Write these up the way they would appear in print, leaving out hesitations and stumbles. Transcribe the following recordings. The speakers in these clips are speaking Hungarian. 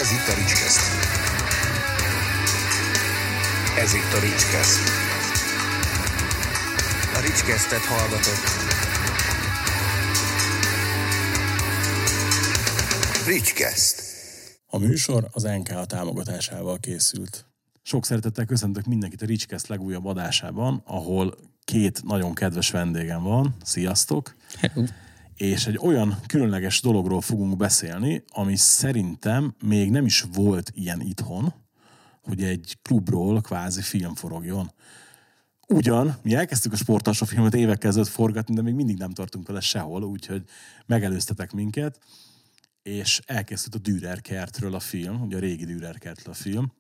Ez itt a Ricskeszt. Ez itt a Ricskeszt. A Ricskesztet hallgatott. Ricskeszt. A műsor az NK támogatásával készült. Sok szeretettel köszöntök mindenkit a Ricskeszt legújabb adásában, ahol két nagyon kedves vendégem van. Sziasztok! Hello. És egy olyan különleges dologról fogunk beszélni, ami szerintem még nem is volt ilyen itthon, hogy egy klubról kvázi film forogjon. Ugyan, mi elkezdtük a Sportalsó filmet évekkel ezelőtt forgatni, de még mindig nem tartunk vele sehol, úgyhogy megelőztetek minket, és elkezdődött a Dürer kertről a film, ugye a régi Dürer kertről a film.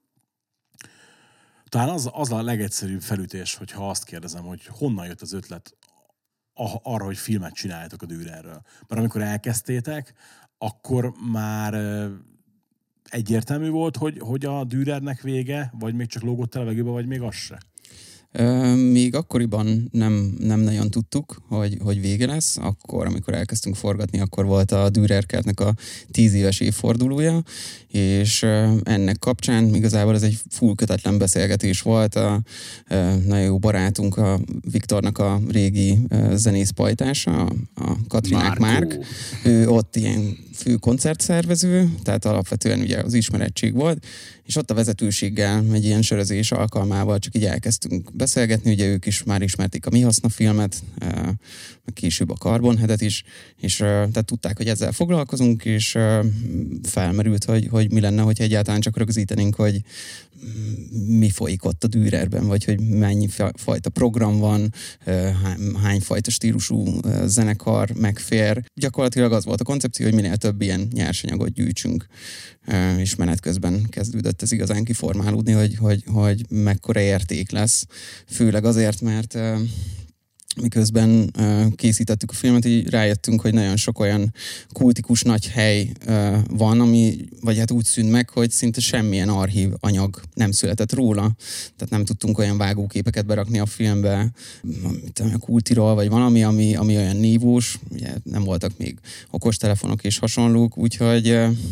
Talán az a legegyszerűbb felütés, hogyha azt kérdezem, hogy honnan jött az ötlet arra, hogy filmet csináljátok a Dürerről. Mert amikor elkezdtétek, akkor már egyértelmű volt, hogy a Dürernek vége, vagy még csak lógott a levegőbe, vagy még az se? Még akkoriban nem nagyon tudtuk, hogy vége lesz. Akkor, amikor elkezdtünk forgatni, akkor volt a Dürer kertnek a 10 éves évfordulója, és ennek kapcsán igazából ez egy full kötetlen beszélgetés volt. A nagyon jó barátunk, a Viktornak a régi zenészpajtása, a Katrinák Márk. Ő ott ilyen fő koncertszervező, tehát alapvetően ugye az ismerettség volt, és ott a vezetőséggel egy ilyen sörözés alkalmával csak így elkezdtünk beszélgetni, ugye ők is már ismerték a Mi Haszna filmet, meg később a Karbonheadet is, és tehát tudták, hogy ezzel foglalkozunk, és felmerült, hogy mi lenne, hogyha egyáltalán csak rögzítenénk, hogy mi folyik ott a Dürerben, vagy hogy mennyi fajta program van, hány fajta stílusú zenekar megfér. Gyakorlatilag az volt a koncepció, hogy minél több ilyen nyersanyagot gyűjtsünk, és menet közben kezdődött ez igazán kiformálódni, hogy mekkora érték lesz. Főleg azért, mert miközben készítettük a filmet, így rájöttünk, hogy nagyon sok olyan kultikus nagy hely van, ami, vagy hát úgy szűnt meg, hogy szinte semmilyen archív anyag nem született róla. Tehát nem tudtunk olyan vágóképeket berakni a filmbe, a kultiról, vagy valami, ami olyan nívós. Ugye nem voltak még okostelefonok és hasonlók, úgyhogy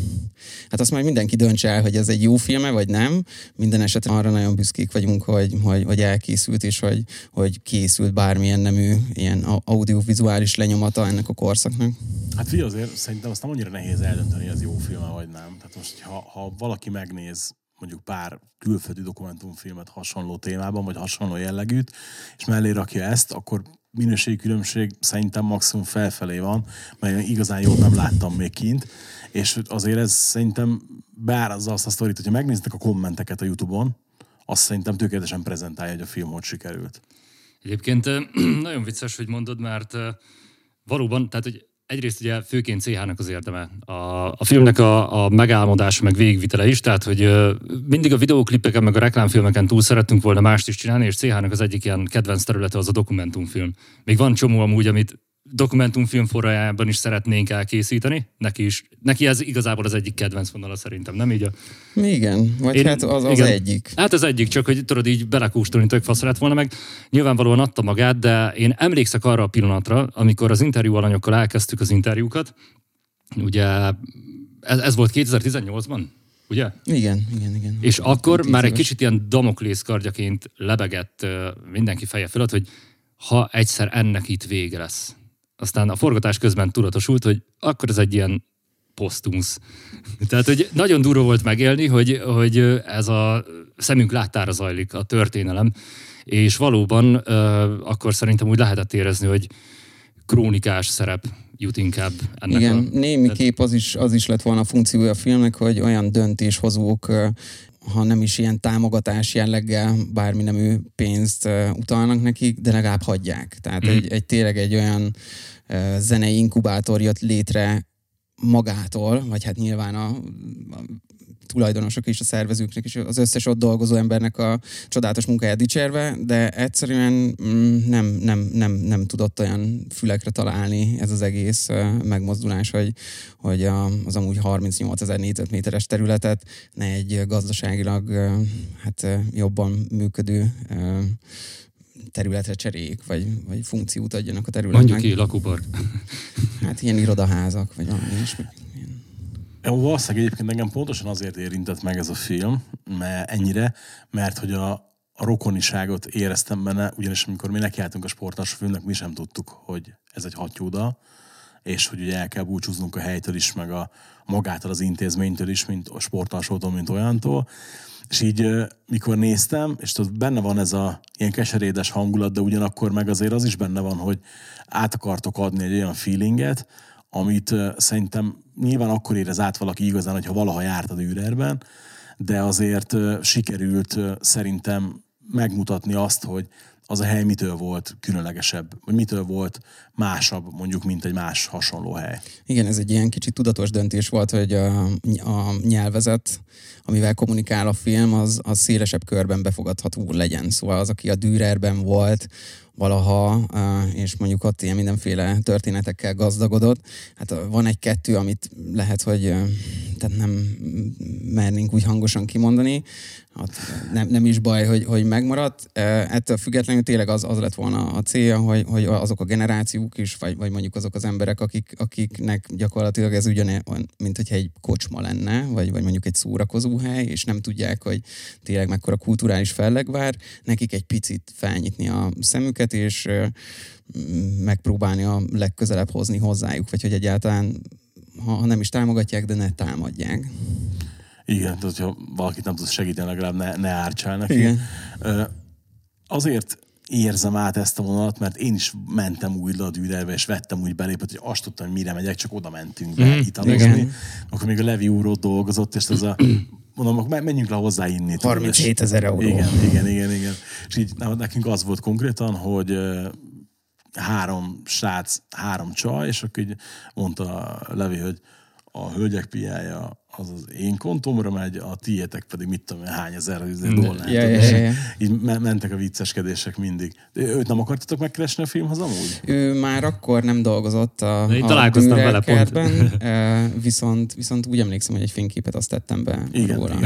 hát azt majd mindenki döntse el, hogy ez egy jó filme, vagy nem. Minden esetre arra nagyon büszkék vagyunk, hogy elkészült, és hogy készült bármilyen nemű ilyen audiovizuális lenyomata ennek a korszaknak. Hát figyelj, azért szerintem azt nem annyira nehéz eldönteni, hogy ez jó film, vagy nem. Tehát most, ha valaki megnéz mondjuk pár külföldi dokumentumfilmet hasonló témában, vagy hasonló jellegűt, és mellé rakja ezt, akkor minőségi különbség szerintem maximum felfelé van, mert igazán jót nem láttam még kint, és azért ez szerintem beárazza azt a sztorit, hogyha megnéztek a kommenteket a YouTube-on, azt szerintem tökéletesen prezentálja, hogy a film hogy sikerült. Egyébként nagyon vicces, hogy mondod, mert valóban, tehát hogy egyrészt ugye főként CH-nak az érdeme. A filmnek a megálmodása, meg végigvitele is, tehát hogy mindig a videóklipeken, meg a reklámfilmeken túl szerettünk volna mást is csinálni, és CH-nak az egyik ilyen kedvenc területe az a dokumentumfilm. Még van csomó amúgy, amit dokumentumfilm forrájában is szeretnénk elkészíteni. Neki ez igazából az egyik kedvenc vonala szerintem, nem így? Igen, vagy hát az igen. Egyik. Hát az egyik, csak hogy tudod így belekóstolni, tök fasz lett volna meg. Nyilvánvalóan adta magát, de én emlékszek arra a pillanatra, amikor az interjú alanyokkal elkezdtük az interjúkat. Ugye ez volt 2018-ban? Ugye? Igen. És akkor már egy kicsit ilyen Damoklész kardjaként lebegett mindenki feje fölött, hogy ha egyszer ennek itt vége lesz. Aztán a forgatás közben tudatosult, hogy akkor ez egy ilyen posztumusz. Tehát, hogy nagyon durva volt megélni, hogy ez a szemünk láttára zajlik a történelem, és valóban akkor szerintem úgy lehetett érezni, hogy krónikás szerep jut inkább ennek. Igen, némiképp az is lett volna a funkciója a filmnek, hogy olyan döntéshozók, ha nem is ilyen támogatás jelleggel bármi nemű pénzt utalnak nekik, de legalább hagyják. Tehát tényleg egy olyan zenei inkubátor jött létre magától, vagy hát nyilván a tulajdonosok és a szervezőknek és az összes ott dolgozó embernek a csodálatos munkáját dicsérve, de egyszerűen nem tudott olyan fülekre találni ez az egész megmozdulás, hogy az amúgy 38 000 négyzetméteres területet ne egy gazdaságilag jobban működő területre cseréljék, vagy funkciót adjanak a területnek. Mondjuk ki, lakópark. Hát ilyen irodaházak, vagy valami is. Valószínűleg egyébként engem pontosan azért érintett meg ez a film, mert hogy a rokoniságot éreztem benne, ugyanis amikor mi nekiálltunk a sportásos filmnek, mi sem tudtuk, hogy ez egy hattyúdal, és hogy ugye el kell búcsúznunk a helytől is, meg a magától az intézménytől is, mint a sportalsótól, mint olyantól. És így mikor néztem, és tudod, benne van ez a ilyen keserédes hangulat, de ugyanakkor meg azért az is benne van, hogy át akartok adni egy olyan feelinget, amit szerintem nyilván akkor érez át valaki igazán, hogyha valaha járt a Dürerben, de azért sikerült szerintem megmutatni azt, hogy az a hely mitől volt különlegesebb, vagy mitől volt másabb, mondjuk, mint egy más hasonló hely. Igen, ez egy ilyen kicsit tudatos döntés volt, hogy a nyelvezet, amivel kommunikál a film, az szélesebb körben befogadható legyen. Szóval az, aki a Dürerben volt valaha, és mondjuk ott ilyen mindenféle történetekkel gazdagodott. Hát van egy-kettő, amit lehet, hogy tehát nem mernénk úgy hangosan kimondani. Hát nem is baj, hogy megmaradt. Ettől függetlenül tényleg az lett volna a célja, hogy azok a generációk is, vagy mondjuk azok az emberek, akiknek gyakorlatilag ez ugyanolyan, mint hogyha egy kocsma lenne, vagy mondjuk egy szórakozóhely, és nem tudják, hogy tényleg mekkora kulturális fellegvár, nekik egy picit felnyitni a szemüket, és megpróbálni a legközelebb hozni hozzájuk, vagy hogy egyáltalán, ha nem is támogatják, de ne támadják. Igen, tehát hogyha valakit nem tudsz segíteni, legalább ne ártsál neki. Igen. Azért érzem át ezt a vonalat, mert én is mentem úgy a Dürerbe, és vettem úgy belépett, hogy azt tudtam, hogy mire megyek, csak oda mentünk be italozni. Akkor még a Levi úr ott dolgozott, és az mondom, menjünk le hozzá inni. 37 000 euró. Igen. És így nekünk az volt konkrétan, hogy 3 srác, 3 csaj, és akkor így mondta Levi, hogy a hölgyek piája az én kontomra megy, a tiétek pedig mit tudom, hány ezer dollár. Így mentek a vicceskedések mindig. De őt nem akartatok megkeresni a filmhez amúgy? Ő már akkor nem dolgozott a Dürerkertben, viszont úgy emlékszem, hogy egy fényképet azt tettem be róla.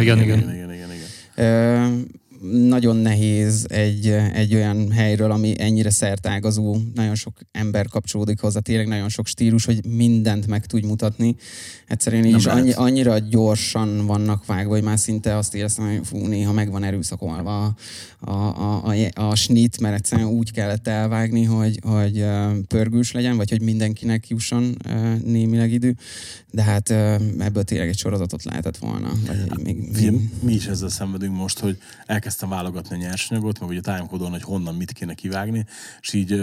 Igen. Nagyon nehéz egy olyan helyről, ami ennyire szertágazó, nagyon sok ember kapcsolódik hozzá, tényleg nagyon sok stílus, hogy mindent meg tudj mutatni. Egyszerűen így is annyira gyorsan vannak vágva, hogy már szinte azt éreztem, hogy néha meg van erőszakolva a snit, mert egyszerűen úgy kellett elvágni, hogy pörgős legyen, vagy hogy mindenkinek jusson némileg idő. De hát ebből tényleg egy sorozatot lehetett volna. Mi is ezzel szenvedünk most, hogy elkezdtem válogatni a nyersanyagot, meg ugye tájékozódni, hogy honnan mit kéne kivágni, és így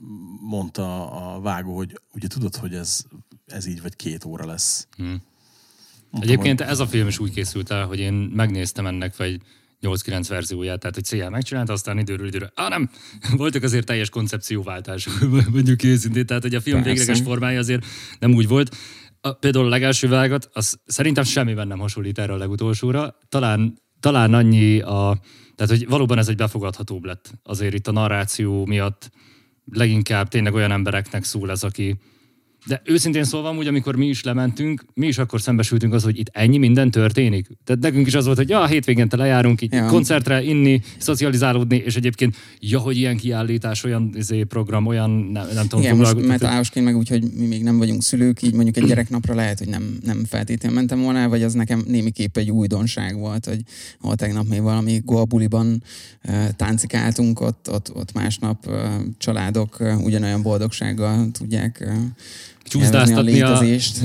mondta a vágó, hogy ugye tudod, hogy ez így vagy 2 óra lesz. Egyébként ez a film is úgy készült el, hogy én megnéztem ennek vagy 8-9 verzióját, tehát hogy CL megcsinálta, aztán időről időre. Nem! Voltak azért teljes koncepcióváltások, mondjuk őszintén, tehát hogy a film végleges formája azért nem úgy volt. Például a legelső vágat, az szerintem semmiben nem hasonlít erre a legutolsóra. Talán annyi tehát, hogy valóban ez egy befogadhatóbb lett. Azért itt a narráció miatt leginkább tényleg olyan embereknek szól ez, aki... De őszintén szólva, amúgy, amikor mi is lementünk, mi is akkor szembesültünk az, hogy itt ennyi minden történik. Tehát nekünk is az volt, hogy a hétvégente lejárunk így koncertre, inni, szocializálódni, és egyébként, hogy ilyen kiállítás, olyan program, olyan nem tudom. Igen, most metállásként meg úgy, hogy mi még nem vagyunk szülők, így mondjuk egy gyereknapra lehet, hogy nem feltétlenül mentem volna, vagy az nekem némiképp egy újdonság volt, hogy tegnap még valami golbuliban táncikáltunk, ott másnap családok ugyanolyan boldogsággal tudják csúszdáztatni a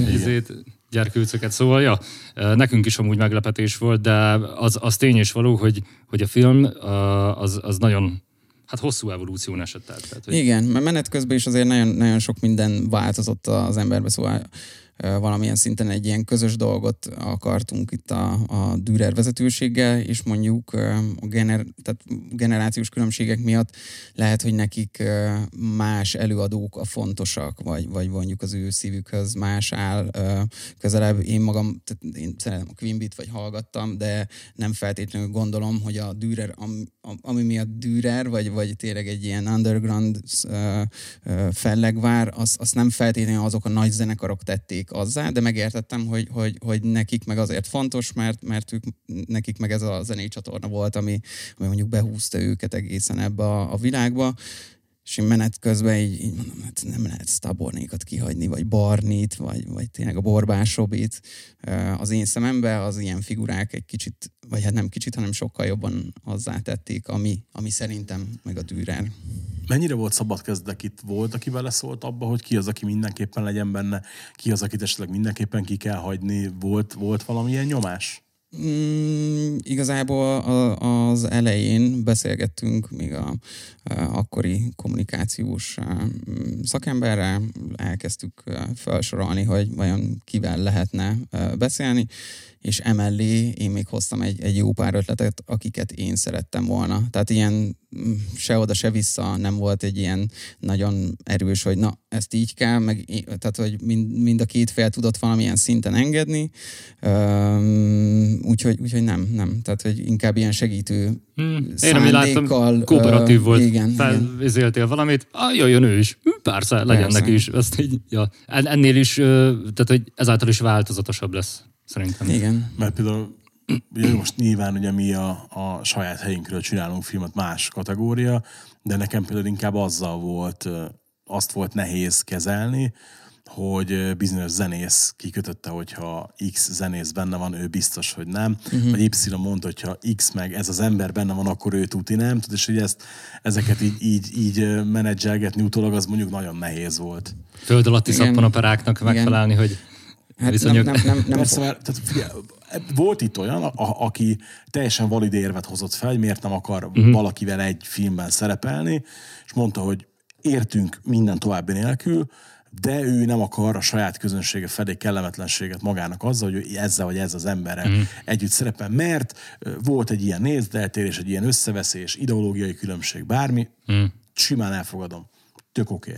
gyerkőcöket. Szóval, nekünk is amúgy meglepetés volt, de az tény és való, hogy a film az nagyon hosszú evolúción esett el. Tehát, hogy... Igen, mert menet közben is azért nagyon, nagyon sok minden változott az emberbe, szóval valamilyen szinten egy ilyen közös dolgot akartunk itt a Dürer vezetőséggel, és mondjuk tehát generációs különbségek miatt lehet, hogy nekik más előadók a fontosak, vagy mondjuk az ő szívükhöz más áll közelebb. Én magam, én szeretem a Queen Beat, vagy hallgattam, de nem feltétlenül gondolom, hogy a Dürer, ami miatt Dürer, vagy tényleg egy ilyen underground fellegvár, azt nem feltétlenül azok a nagy zenekarok tették azzá, de megértettem, hogy nekik meg azért fontos, mert nekik meg ez a zenei csatorna volt, ami mondjuk behúzta őket egészen ebbe a világba. És én menet közben így mondom, hát nem lehet Stabornékat kihagyni, vagy Barnit, vagy tényleg a Borbás Robit. Az én szemembe az ilyen figurák egy kicsit, vagy hát nem kicsit, hanem sokkal jobban hozzátették, ami szerintem meg a Dürer. Mennyire volt szabadkezdek itt? Volt, aki beleszólt abba, hogy ki az, aki mindenképpen legyen benne, ki az, akit esetleg mindenképpen ki kell hagyni? Volt valamilyen nyomás? Igazából az elején beszélgettünk még a akkori kommunikációs szakemberrel, elkezdtük felsorolni, hogy vajon kivel lehetne beszélni, és emellé én még hoztam egy jó pár ötletet, akiket én szerettem volna. Tehát ilyen se oda, se vissza nem volt egy ilyen nagyon erős, hogy na, ezt így kell, tehát hogy mind a két fél tudott valamilyen szinten engedni, úgyhogy nem. Tehát, hogy inkább ilyen segítő én ami láttam, kooperatív volt, igen. Felvezéltél valamit, jöjjön ő is, persze, legyen neki is. Azt így, ja. Ennél is, tehát hogy ezáltal is változatosabb lesz, szerintem. Igen. Mert például ugye most nyilván ugye mi a saját helyünkről csinálunk filmet, más kategória, de nekem például inkább azt volt nehéz kezelni, hogy bizonyos zenész kikötötte, hogyha X zenész benne van, ő biztos, hogy nem. Vagy Y mondta, hogyha X meg ez az ember benne van, akkor ő tuti nem. És hogy ezeket így menedzselgetni utólag, az mondjuk nagyon nehéz volt. Föld alatti szappanoperáknak megfelelni, hogy hát viszonylag... nem. Persze, tehát figyelj, volt itt olyan, aki teljesen valid érvet hozott fel, hogy miért nem akar valakivel egy filmben szerepelni, és mondta, hogy értünk minden további nélkül, de ő nem akar a saját közönsége felé kellemetlenséget magának azzal, hogy ezzel vagy ez az emberrel együtt szerepel, mert volt egy ilyen nézdeltérés, egy ilyen összeveszés, ideológiai különbség, bármi, simán elfogadom. Tök oké.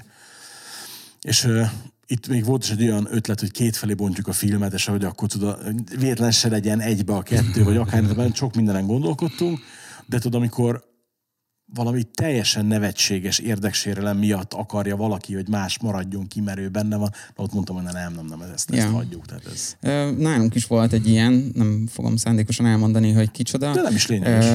És itt még volt is egy olyan ötlet, hogy kétfelé bontjuk a filmet, és ahogy akkor véletlen se legyen egybe a kettő, vagy akár, sok mindenen gondolkodtunk, de tudod, amikor valami teljesen nevetséges érdeksérelem miatt akarja valaki, hogy más maradjon ki, mert ő benne van. Na, ott mondtam, hogy nem, ezt hagyjuk. Tehát ez... Nálunk is volt egy ilyen, nem fogom szándékosan elmondani, hogy kicsoda. De nem is lényeges.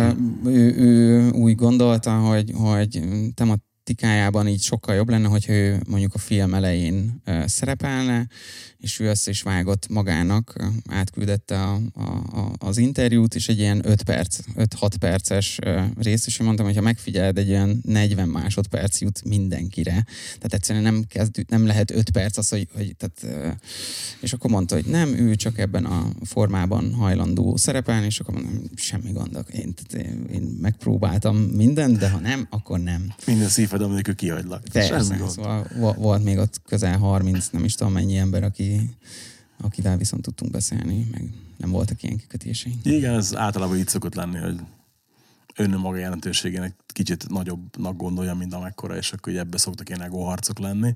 Ő úgy gondolta, hogy tematikájában így sokkal jobb lenne, hogyha ő mondjuk a film elején szerepelne, és ő össze is vágott magának, átküldette az interjút, és egy ilyen 5-6 perces rész, és én mondtam, hogy ha megfigyeled, egy olyan 40 másodperc jut mindenkire. Tehát egyszerűen nem lehet 5 perc az, hogy tehát, és akkor mondta, hogy nem, ő csak ebben a formában hajlandó szerepelni, és akkor mondom, semmi gondok. Én megpróbáltam mindent, de ha nem, akkor nem. Minden szívfedem, amikor kihagylak. Persze, szóval volt még ott közel 30, nem is tudom mennyi ember, akivel viszont tudtunk beszélni, meg nem voltak ilyen kikötései. Igen, ez általában így szokott lenni, hogy önmaga jelentőségének kicsit nagyobbnak gondolja, mint amekkora, és akkor ebbe szoktak ilyen egóharcok lenni.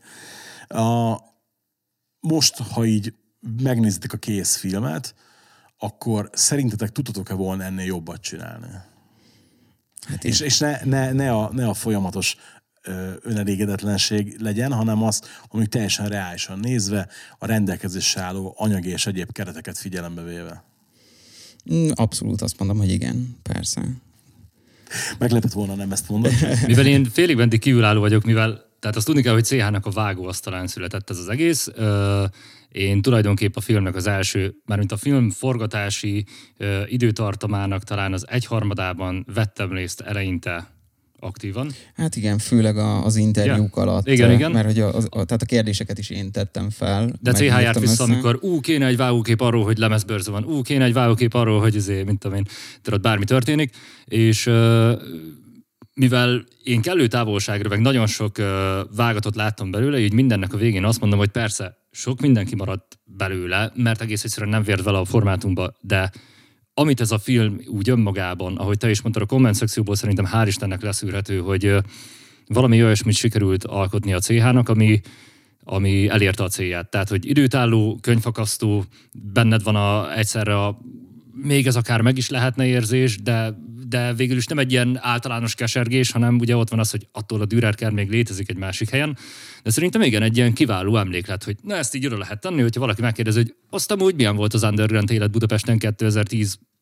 Most, ha így megnézitek a kész filmet, akkor szerintetek tudtatok-e volna ennél jobbat csinálni? Hát és ne a folyamatos önelégedetlenség legyen, hanem az, amíg teljesen reálisan nézve, a rendelkezésre álló anyagi és egyéb kereteket figyelembe véve. Abszolút azt mondom, hogy igen, persze. Meglepett volna, nem ezt mondod. Mivel én félig meddig kívülálló vagyok, tehát azt tudni kell, hogy CH-nak a vágóasztalán született ez az egész. Én tulajdonképp a filmnek az első, mármint a film forgatási időtartamának talán az 1/3 vettem részt eleinte aktívan. Hát igen, főleg az interjúk alatt. Igen. Mert hogy tehát a kérdéseket is én tettem fel. De CH járt vissza, amikor kéne egy vágókép arról, hogy lemezbőrze van, kéne egy vágókép arról, hogy mint tudom én, tudod, bármi történik, és mivel én kellő távolságra, meg nagyon sok vágatot láttam belőle, így mindennek a végén azt mondom, hogy persze, sok mindenki maradt belőle, mert egész egyszerűen nem vért vele a formátumba, de amit ez a film úgy önmagában, ahogy te is mondtad, a komment szekcióból szerintem hál' Istennek leszűrhető, hogy valami olyasmit sikerült alkotni a CH-nak, ami elérte a célját. Tehát, hogy időtálló, könyvfakasztó, benned van egyszerre még ez akár meg is lehetne érzés, de végül is nem egy ilyen általános kesergés, hanem ugye ott van az, hogy attól a Dürerkert még létezik egy másik helyen. De szerintem igen, egy ilyen kiváló emléklet, hogy na ezt így oda lehet tenni, hogyha valaki megkérdezi, hogy azt amúgy milyen volt az underground élet Budapesten 2010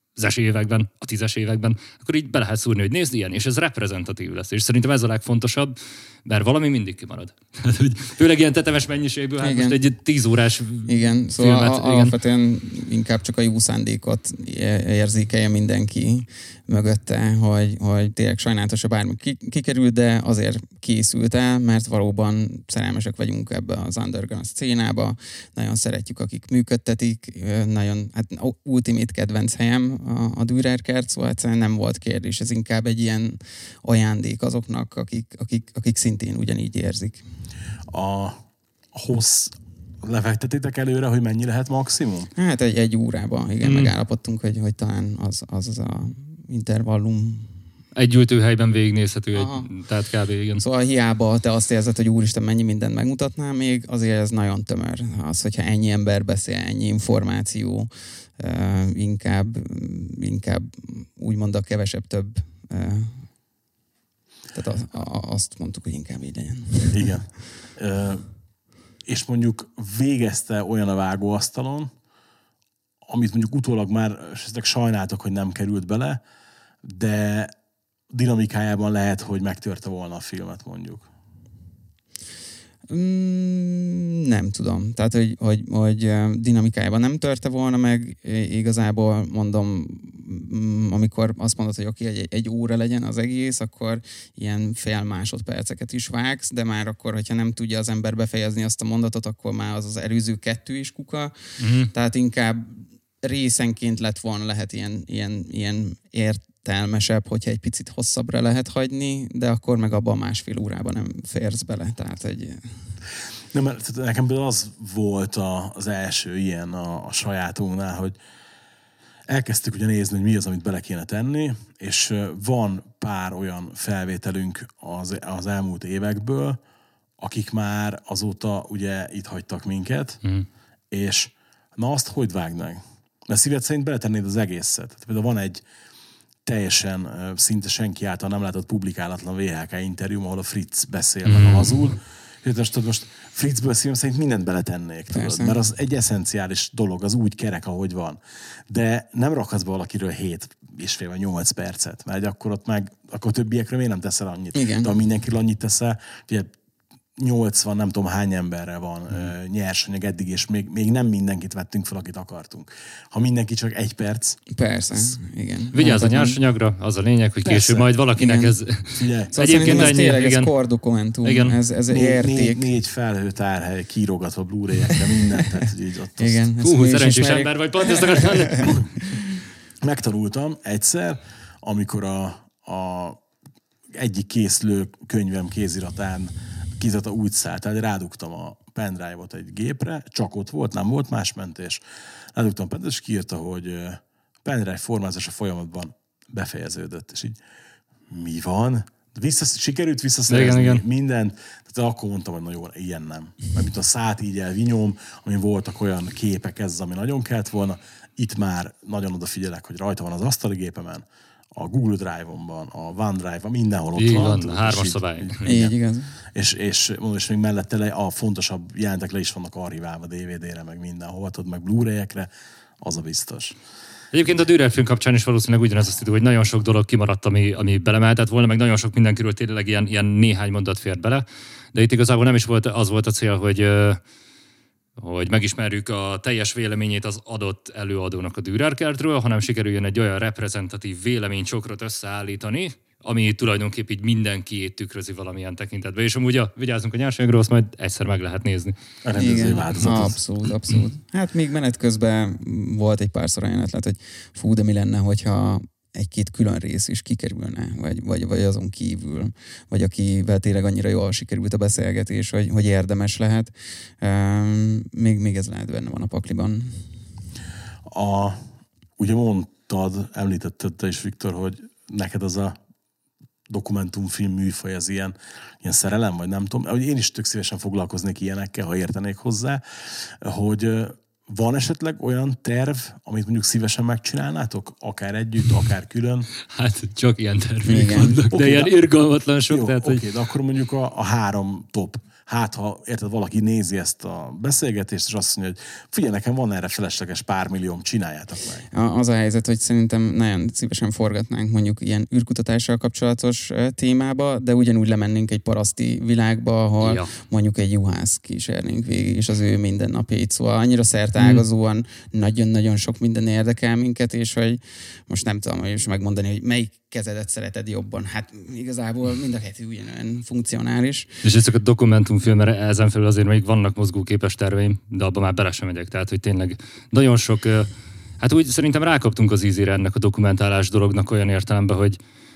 az években, a 10-es években, akkor így be lehet szúrni, hogy nézd ilyen, és ez reprezentatív lesz. És szerintem ez a legfontosabb, mert valami mindig kimarad. Főleg ilyen tetemes mennyiségből, hát most egy 10 órás igen, szóval filmet. Alapvetően inkább csak a jó szándékot érzékelje mindenki mögötte, hogy tényleg sajnálatos, bármi kikerült, de azért készült el, mert valóban szerelmesek vagyunk ebbe az underground szcénába, nagyon szeretjük, akik működtetik, nagyon, hát ultimate kedvenc helyem a Dürerkert, szóval egyszerűen nem volt kérdés, ez inkább egy ilyen ajándék azoknak, akik szintén ugyanígy érzik. A hossz lefektetitek előre, hogy mennyi lehet maximum? Hát egy órában, igen, megállapodtunk, hogy talán az a intervallum. Egy ültőhelyben végignézhető, tehát kb. Igen. Szóval hiába te azt érzed, hogy úristen, mennyi mindent megmutatnál még, azért ez nagyon tömör. Az, hogyha ennyi ember beszél, ennyi információ, inkább úgymond a kevesebb több. Tehát azt mondtuk, hogy inkább így legyen. Igen. És mondjuk végezte olyan a vágóasztalon, amit mondjuk utólag már sajnáltak, hogy nem került bele, de dinamikájában lehet, hogy megtörte volna a filmet mondjuk. Nem tudom. Tehát, hogy dinamikájában nem törte volna meg, igazából mondom, amikor azt mondod, hogy oké, egy óra legyen az egész, akkor ilyen fél másodperceket is vágsz, de már akkor, hogyha nem tudja az ember befejezni azt a mondatot, akkor már az előző 2 is kuka. Tehát inkább részenként lehet ilyen értelmesebb, hogyha egy picit hosszabbra lehet hagyni, de akkor meg abban másfél órában nem férsz bele. Tehát, hogy... Nem, mert nekem például az volt az első ilyen a sajátunknál, hogy elkezdtük ugye nézni, hogy mi az, amit bele kéne tenni, és van pár olyan felvételünk az elmúlt évekből, akik már azóta ugye itt hagytak minket, és na azt hogy vágnak? Mert szíved szerint beletennéd az egészet. Tehát például van egy teljesen, szinte senki által nem látott publikálatlan VHK interjú, ahol a Fritz beszél meg a hazul. Most Fritzből szívem szerint mindent beletennék, tudod? Mert az egy eszenciális dolog, az úgy kerek, ahogy van. De nem rakhatsz be valakiről 7,5 vagy 8 percet, mert akkor ott akkor többiekről miért nem teszel annyit? Igen. De ha mindenkiről annyit teszel, ugye 80, nem tudom hány emberrel van nyersanyag eddig, és még nem mindenkit vettünk fel, akit akartunk. Ha mindenki csak 1 perc... Persze, igen. Vigyázz a nyersanyagra, az a lényeg, hogy később majd valakinek igen. ez... Szóval egyébként ez tényleg ez core dokumentum, ez érték. 4 felhőtárhely kírogatva Blu-ray-ekre, mindent. Tehát, így ott igen. Szerencsés ember vagy, pont ezt akartam. Megtanultam egyszer, amikor a egyik készlő könyvem kéziratán kizata úgy szállt, tehát rádugtam a pendrive-ot egy gépre, csak ott volt, nem volt más mentés. Rádugtam a pendrive-ot, és kiírta, hogy pendrive formázása folyamatban befejeződött. És így, mi van? Sikerült visszaszerezni mindent. Tehát akkor mondtam, hogy na jó, ilyen nem. Mert mint a szát így elvinyom, amin voltak olyan képek, ez ami nagyon kellett volna. Itt már nagyon odafigyelek, hogy rajta van az asztali gépemen, a Google Drive-omban, a OneDrive-ban, mindenhol ott van. Van, 3-as szabály. Így igaz. És még mellette a fontosabb jelentek le is vannak archiválva DVD-re, meg mindenhol, tudod, meg Blu-ray-ekre, az a biztos. Egyébként a Dürer film kapcsán is valószínűleg ugyanaz azt idő, hogy nagyon sok dolog kimaradt, ami belemeltett volna, meg nagyon sok mindenkiről tényleg ilyen néhány mondat fért bele, de itt igazából nem is volt, az volt a cél, hogy megismerjük a teljes véleményét az adott előadónak a Dürerkertről, hanem sikerüljön egy olyan reprezentatív véleménycsokrot összeállítani, ami tulajdonképpen így mindenkiét tükrözi valamilyen tekintetben. És amúgy vigyázzunk a nyersanyagról, azt majd egyszer meg lehet nézni. Igen, abszolút. Hát még menet közben volt egy párszor olyan ötlet, hogy fú, de mi lenne, hogyha egy-két külön rész is kikerülne, vagy azon kívül, vagy akivel tényleg annyira jól sikerült a beszélgetés, hogy érdemes lehet. Még ez lehet benne van a pakliban. Ugye említetted te is, Viktor, hogy neked az a dokumentumfilm műfaj, ez ilyen szerelem, vagy nem tudom. Én is tök szívesen foglalkoznék ilyenekkel, ha értenék hozzá, hogy van esetleg olyan terv, amit mondjuk szívesen megcsinálnátok? Akár együtt, akár külön? Hát csak ilyen tervek vannak, de ilyen irgalmatlan sok. Jó, de akkor mondjuk a hát ha érted, valaki nézi ezt a beszélgetést, és azt mondja, hogy figyelj, nekem van erre felesleges pár millióm, csináljátok meg. Az a helyzet, hogy szerintem nagyon szívesen forgatnánk mondjuk ilyen űrkutatással kapcsolatos témába, de ugyanúgy lemennénk egy paraszti világba, ahol mondjuk egy juhász kísérnénk végig, és az ő mindennapjait. Szóval annyira szerteágazóan nagyon-nagyon sok minden érdekel minket, és hogy most nem tudom is megmondani, hogy melyik kezedet szereted jobban. Hát igazából mind a kettő ugyanolyan funkcionális. És ez csak a dokumentumfilmre, ezen felül azért még vannak mozgóképes terveim, de abban már bele sem megyek. Tehát, hogy tényleg nagyon sok... Hát úgy szerintem rákaptunk az ízére ennek a dokumentálás dolognak olyan értelemben, hogy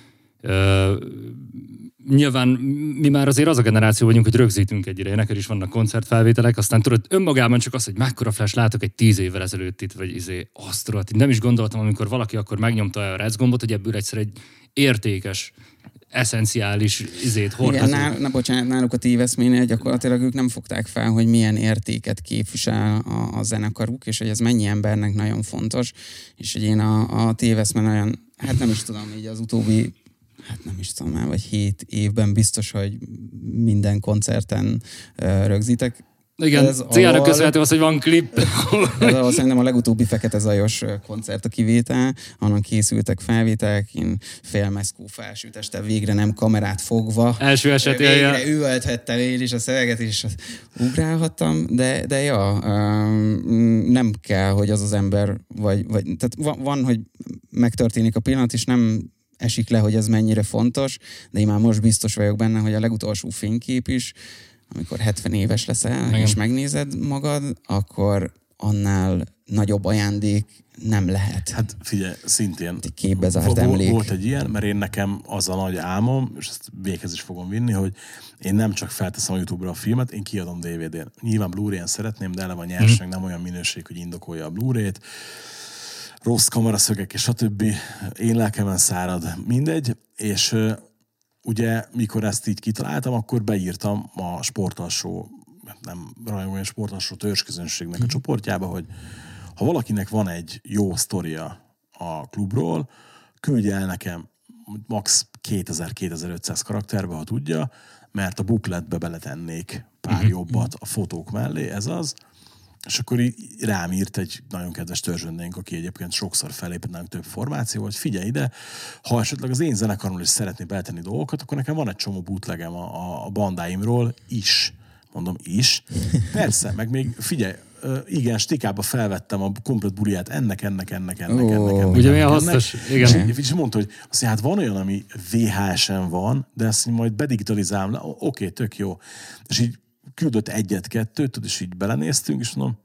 nyilván mi már azért az a generáció vagyunk, hogy rögzítünk egy ideje, neked is vannak koncertfelvételek, aztán tudod, önmagában csak az, hogy mekkora flash látok egy 10 évvel ezelőtt itt, vagy azt tudod, nem is gondoltam, amikor valaki akkor megnyomta a rec gombot, hogy ebből egyszer egy értékes, eszenciális hordható. Igen, bocsánat, náluk a téveszménél gyakorlatilag ők nem fogták fel, hogy milyen értéket képvisel a zenekaruk, és hogy ez mennyi embernek nagyon fontos, és hogy én a téveszme nagyon, hát nem is tudom, így az utóbbi nem is tudom már, vagy 7 évben biztos, hogy minden koncerten rögzítek. Igen, Ciának köszönhető az, hogy van klip. Ez szerintem a legutóbbi Fekete Zajos koncert a kivétel, annak készültek felvételek, én félmeszkó felsőteste végre nem kamerát fogva. Első esetén. Végre üvölthettem én is a szöveget, és ugrálhattam, de ja, nem kell, hogy az ember, vagy tehát van, hogy megtörténik a pillanat, és nem esik le, hogy ez mennyire fontos, de én már most biztos vagyok benne, hogy a legutolsó fénykép is, amikor 70 éves leszel, igen, és megnézed magad, akkor annál nagyobb ajándék nem lehet. Hát figyelj, szintén képbe zárt emlék. Volt egy ilyen, mert én nekem az a nagy álmom, és ezt véghez is fogom vinni, hogy én nem csak felteszem a YouTube-ra a filmet, én kiadom DVD-n. Nyilván Blu-ray-en szeretném, de eleve a nyersanyag nem olyan minőség, hogy indokolja a Blu-ray-t. Rossz kameraszögek és stb. Én lelkemen szárad, mindegy, és ugye, mikor ezt így kitaláltam, akkor beírtam a sportalsó, nem rajongói sportalsó törzsközönségnek a csoportjába, hogy ha valakinek van egy jó sztoria a klubról, küldje el nekem max. 2000-2500 karakterbe, ha tudja, mert a bookletbe beletennék pár jobbat a fotók mellé, ez az. És akkor rám írt egy nagyon kedves törzsöndénk, aki egyébként sokszor felépett nálunk több formáció, hogy figyelj ide, ha esetleg az én zenekaromról is szeretné beletenni dolgokat, akkor nekem van egy csomó bootlegem a bandáimról is. Mondom, is. Persze, meg még figyelj, igen, stikába felvettem a komplet buliát ennek. Ugye milyen hasznos? Igen. És mondta, hogy azt mondja, hát van olyan, ami VHS-en van, de azt majd bedigitalizálom le, oké, tök jó. És így küldött 1-2, és így belenéztünk, és mondom,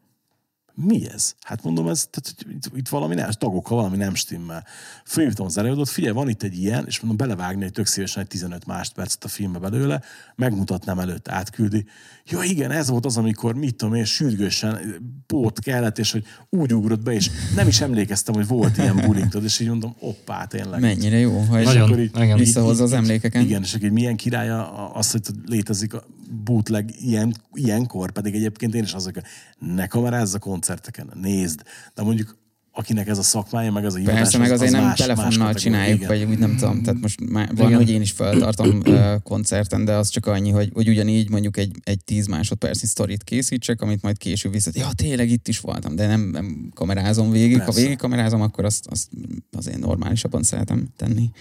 mi ez? Hát mondom, tehát, itt valami nem, tagokkal valami nem stimmel. Fölhívtam az előadót, figyelj, van itt egy ilyen, és mondom, belevágni egy tök szívesen egy 15 másodpercet a filmbe belőle, megmutatnám előtt, átküldi. Ja igen, ez volt az, amikor mit tudom én, sürgősen pót kellett, és hogy úgy ugrott be, és nem is emlékeztem, hogy volt ilyen bullying, és így mondom, oppá, tényleg. Mennyire jó, hogy visszahozza az emlékeken. Igen, és akkor milyen királya az, hogy létezik a bootleg ilyenkor, pedig egyébként én is azok, ne kamerázz a koncerteken, nézd. De mondjuk akinek ez a szakmája, meg ez a hivatás, persze, meg azért nem telefonnal csináljuk, vagy úgy nem tudom. Tehát most van, hogy én is feltartom koncerten, de az csak annyi, hogy ugyanígy mondjuk egy 10 másodpercnyi sztorit készítsek, amit majd később visszat. Ja, tényleg itt is voltam, de nem kamerázom végig. Persze. Ha végig kamerázom, akkor azt azért normálisabban szeretem tenni.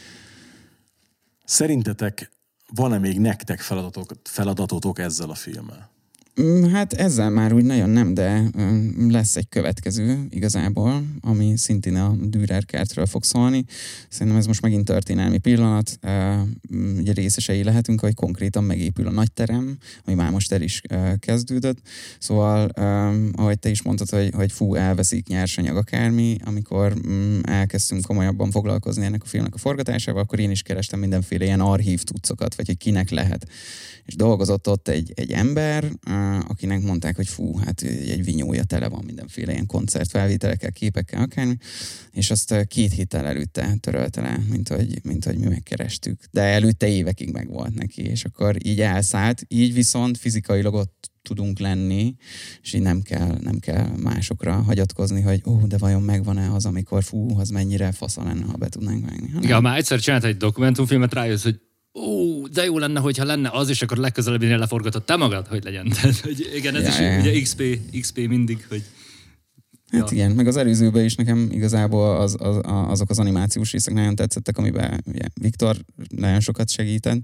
Szerintetek van-e még nektek feladatotok ezzel a filmmel? Hát ezzel már úgy nagyon nem, de lesz egy következő igazából, ami szintén a Dürer kertről fog szólni. Szerintem ez most megint történelmi pillanat. Ugye részesei lehetünk, hogy konkrétan megépül a nagyterem, ami már most el is kezdődött. Szóval, ahogy te is mondtad, hogy elveszik nyersanyag akármi, amikor elkezdtünk komolyabban foglalkozni ennek a filmnek a forgatásával, akkor én is kerestem mindenféle ilyen archív cuccokat, vagy hogy kinek lehet. És dolgozott ott egy ember, akinek mondták, hogy hát egy vinyója tele van mindenféle ilyen koncertfelvételekkel, képekkel, akármi, és azt 2 héttel előtte törölte le, mint hogy mi megkerestük. De előtte évekig megvolt neki, és akkor így elszállt, így viszont fizikailag ott tudunk lenni, és így nem kell másokra hagyatkozni, hogy de vajon megvan-e az, amikor az mennyire fasza lenne, ha be tudnánk vágni. Igen, már egyszer csinált egy dokumentumfilmet, rájössz, hogy de jó lenne, hogyha lenne az, és akkor legközelebbinél leforgatott te magad, hogy legyen. Tehát, hogy igen, ez is ugye XP mindig, hogy... Hát igen, meg az előzőben is nekem igazából azok az animációs részek nagyon tetszettek, amiben ugye, Viktor nagyon sokat segített.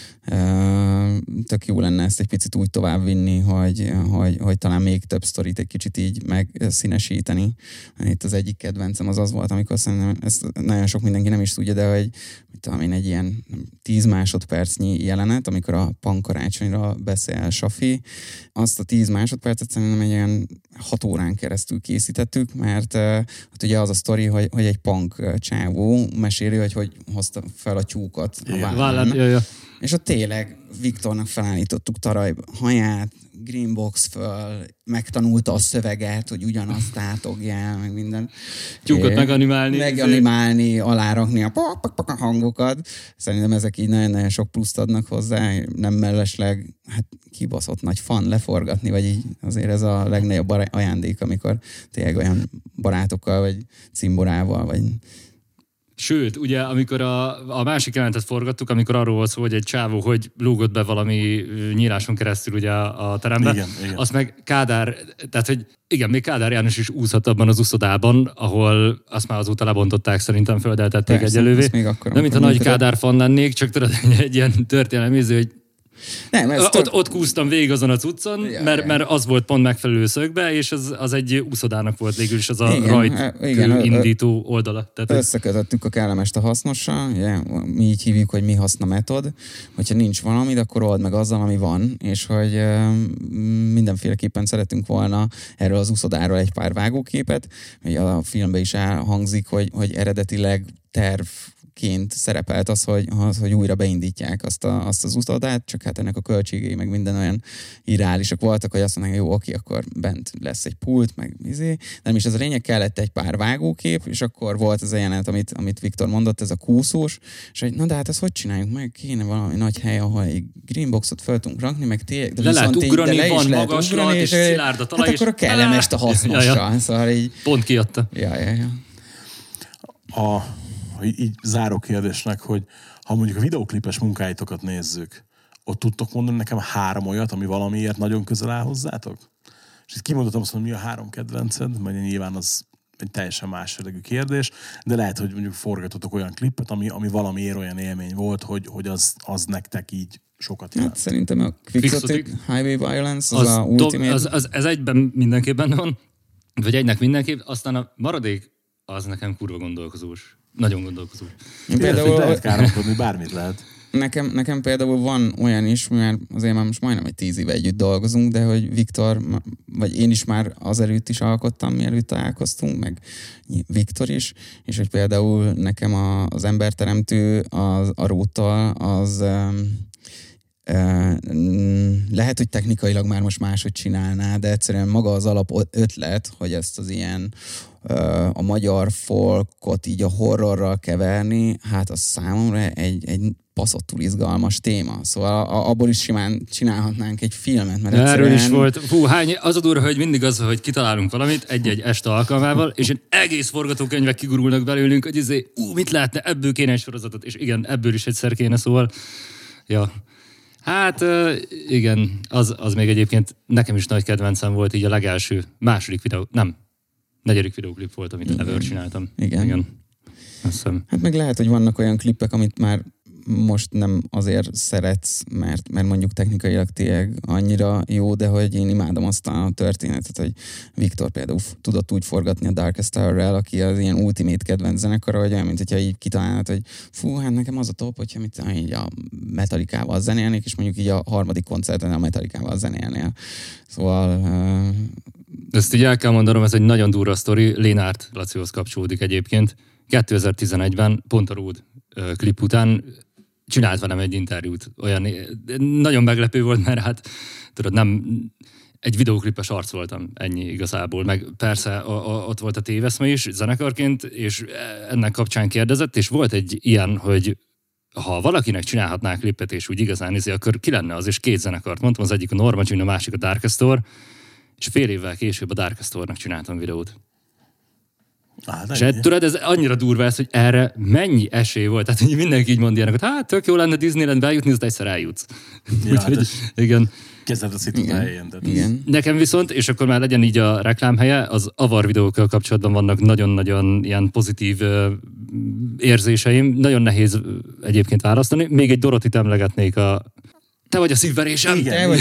Tök jó lenne ezt egy picit úgy továbbvinni, hogy talán még több sztorit egy kicsit így megszínesíteni. Itt az egyik kedvencem az volt, amikor szerintem ezt nagyon sok mindenki nem is tudja, de hogy egy ilyen 10 másodpercnyi jelenet, amikor a Pankarácsonyra beszél Safi, azt a 10 másodpercet szerintem egy olyan 6 órán keresztül készítettük, mert hát ugye az a sztori, hogy egy punk csávó meséli, hogy hozta fel a tyúkot a vállán. És ott tényleg Viktornak felállítottuk tarajba haját, Greenbox föl, megtanulta a szöveget, hogy ugyanazt átogjál, meg minden. Tyúkot meganimálni, alárakni a hangokat. Szerintem ezek így nagyon-nagyon sok pluszt adnak hozzá, nem mellesleg kibaszott nagy fan leforgatni, vagy így azért ez a legnagyobb ajándék, amikor tényleg olyan barátokkal, vagy cimborával, vagy... Sőt, ugye, amikor a másik jelentet forgattuk, amikor arról volt szó, hogy egy csávó, hogy lúgott be valami nyíláson keresztül ugye a terembe, igen. Azt meg Kádár, tehát hogy igen, még Kádár János is úszhat abban az úszodában, ahol azt már azóta lebontották, szerintem földeltették egyelővé. De mintha nagy Kádár fan lennék, csak tudod, egy ilyen történelméző, hogy nem, ott kúsztam végig azon a cuccon, mert az volt pont megfelelő szögbe, és az egy úszodának volt végül is az a rajtkő indító oldala. Tehát összekötöttük a kellemest a hasznossal, mi így hívjuk, hogy mi haszna metod, hogyha nincs valamit, akkor old meg azzal, ami van, és hogy mindenféleképpen szeretünk volna erről az úszodáról egy pár vágóképet, a filmben is elhangzik, hogy eredetileg tervként szerepelt az, hogy újra beindítják azt az úszodát, csak hát ennek a költségei meg minden olyan irreálisak voltak, hogy azt mondják, jó, oké, akkor bent lesz egy pult, meg nem is ez a lényeg, kellett egy pár vágókép, és akkor volt ez a jelenet, amit Viktor mondott, ez a kúszós, és hogy na de hát ezt hogy csináljuk meg? Kéne valami nagy hely, ahol egy greenboxot fel tudunk rakni, meg tényleg, de lehet ugrani, van magaslat, és szilárd a talaj, hát akkor a kellemest a hasznossal. Szóval így... Pont kiadta. Ja. Így záró kérdésnek, hogy ha mondjuk a videóklipes munkáitokat nézzük, ott tudtok mondani nekem 3 olyat, ami valamiért nagyon közel áll hozzátok? És itt kimondottam azt, hogy mi a 3 kedvenced, mert nyilván az egy teljesen más jellegű kérdés, de lehet, hogy mondjuk forgatotok olyan klippet, ami valamiért olyan élmény volt, hogy az nektek így sokat jelent. Hát szerintem a Quixotic Highway Violence az a ultimate. Ez egyben mindenképpen van, vagy egynek mindenképp, aztán a maradék az nekem kurva gondolkozós. Nagyon gondolkozó. Például lehet káromkodni, bármit lehet. Nekem például van olyan is, mert azért már most majdnem egy 10 éve együtt dolgozunk, de hogy Viktor, vagy én is már azelőtt is alkottam, mielőtt találkoztunk, meg Viktor is, és hogy például nekem az emberteremtő, a Róttal, az lehet, hogy technikailag már most máshogy csinálná, de egyszerűen maga az alap ötlet, hogy ezt az ilyen a magyar folkot így a horrorral keverni, hát az számomra egy baszottul izgalmas téma. Szóval abból is simán csinálhatnánk egy filmet. Mert erről is volt. Az a durva, hogy mindig az, hogy kitalálunk valamit egy-egy este alkalmával, és egész forgatókönyvek kigurulnak belőlünk, hogy mit lehetne, ebből kéne egy sorozatot, és igen, ebből is egyszer kéne, szóval ja. Hát igen, az még egyébként nekem is nagy kedvencem volt, így a legelső, negyedik videóklip volt, amit ever csináltam. Igen. Hát meg lehet, hogy vannak olyan klippek, amit már most nem azért szeretsz, mert mondjuk technikailag tényleg annyira jó, de hogy én imádom azt a történetet, hogy Viktor például tudott úgy forgatni a Darkest Hour-rel, aki az ilyen ultimate kedvenc zenekar, hogy olyan, mint hogyha így kitalálnád, hogy hát nekem az a top, hogyha így a Metallicával zenélnék, és mondjuk így a 3. koncerten a Metallicával zenélnél. Szóval... Ezt így el kell mondanom, ez egy nagyon durva sztori, Lénárt Lacihoz kapcsolódik egyébként. 2011-ben, pont a Road klip után csinált velem egy interjút. Olyan nagyon meglepő volt, mert hát tudod, nem egy videóklipes arc voltam, ennyi igazából. Meg persze ott volt a téveszme is zenekarként, és ennek kapcsán kérdezett, és volt egy ilyen, hogy ha valakinek csinálhatná klipet, és úgy igazán nézi, akkor ki lenne az, és 2 zenekart mondtam, az egyik a Norma Jean, a másik a Darkest Hour, és fél évvel később a Darkest Hour-nak csináltam videót. És tudod, ez annyira durva ez, hogy erre mennyi esély volt. Tehát hogy mindenki így mondja ilyenek, hogy hát tök jó lenne Disneylandbe eljutni, de egyszer eljutsz. Ja, Úgyhogy, igen. Kezdett a szitu helyén. Igen. Nekem viszont, és akkor már legyen így a reklámhelye, az avar videókkal kapcsolatban vannak nagyon-nagyon ilyen pozitív érzéseim. Nagyon nehéz egyébként választani. Még egy Dorotit emlegetnék Te vagy a szívverésem! Igen.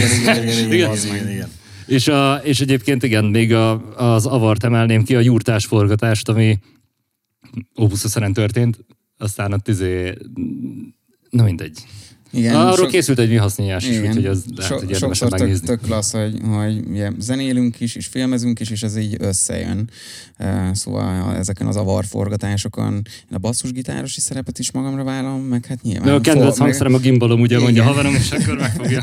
És egyébként igen, még az avart emelném ki, a jurtás forgatást, ami Óbuszaszeren történt, aztán ott na mindegy. Igen, arról készült egy mi hasznyás is, úgyhogy az lehet, hogy érdemesen megnézni. Tök klassz, hogy ugye, zenélünk is, és filmezünk is, és ez így összejön. Szóval ezeken az avarforgatásokon én a basszusgitárosi szerepet is magamra vállalom, meg hát nyilván... De a kedvenc hangszerem a gimbalom, ugye mondja haverom, és akkor megfogja.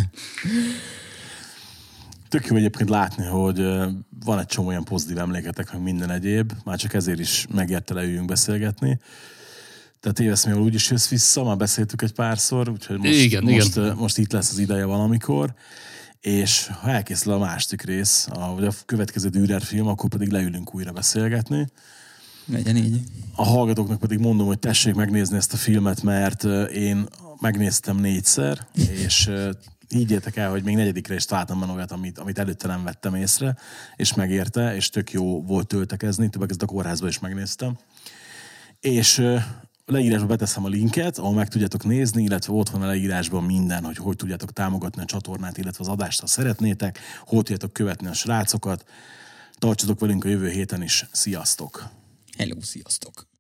Tök jó egyébként látni, hogy van egy csomó olyan pozitív emléketek, meg minden egyéb, már csak ezért is megérte leüljünk beszélgetni. Tehát évesz, mivel úgyis jössz vissza, már beszéltük egy párszor, úgyhogy most itt lesz az ideje valamikor, és ha elkészül a második rész, vagy a következő Dürer film, akkor pedig leülünk újra beszélgetni. Legyen így. A hallgatóknak pedig mondom, hogy tessék megnézni ezt a filmet, mert én megnéztem 4-szer, és higgyétek el, hogy még 4-dikre is találtam benne olyat, amit előtte nem vettem észre, és megérte, és tök jó volt töltekezni, többek között a kórházban is megnéztem. És leírásba beteszem a linket, ahol meg tudjátok nézni, illetve ott van a leírásban minden, hogy tudjátok támogatni a csatornát, illetve az adást, ha szeretnétek, hol tudjátok követni a srácokat. Tartsatok velünk a jövő héten is. Sziasztok! Hello, sziasztok!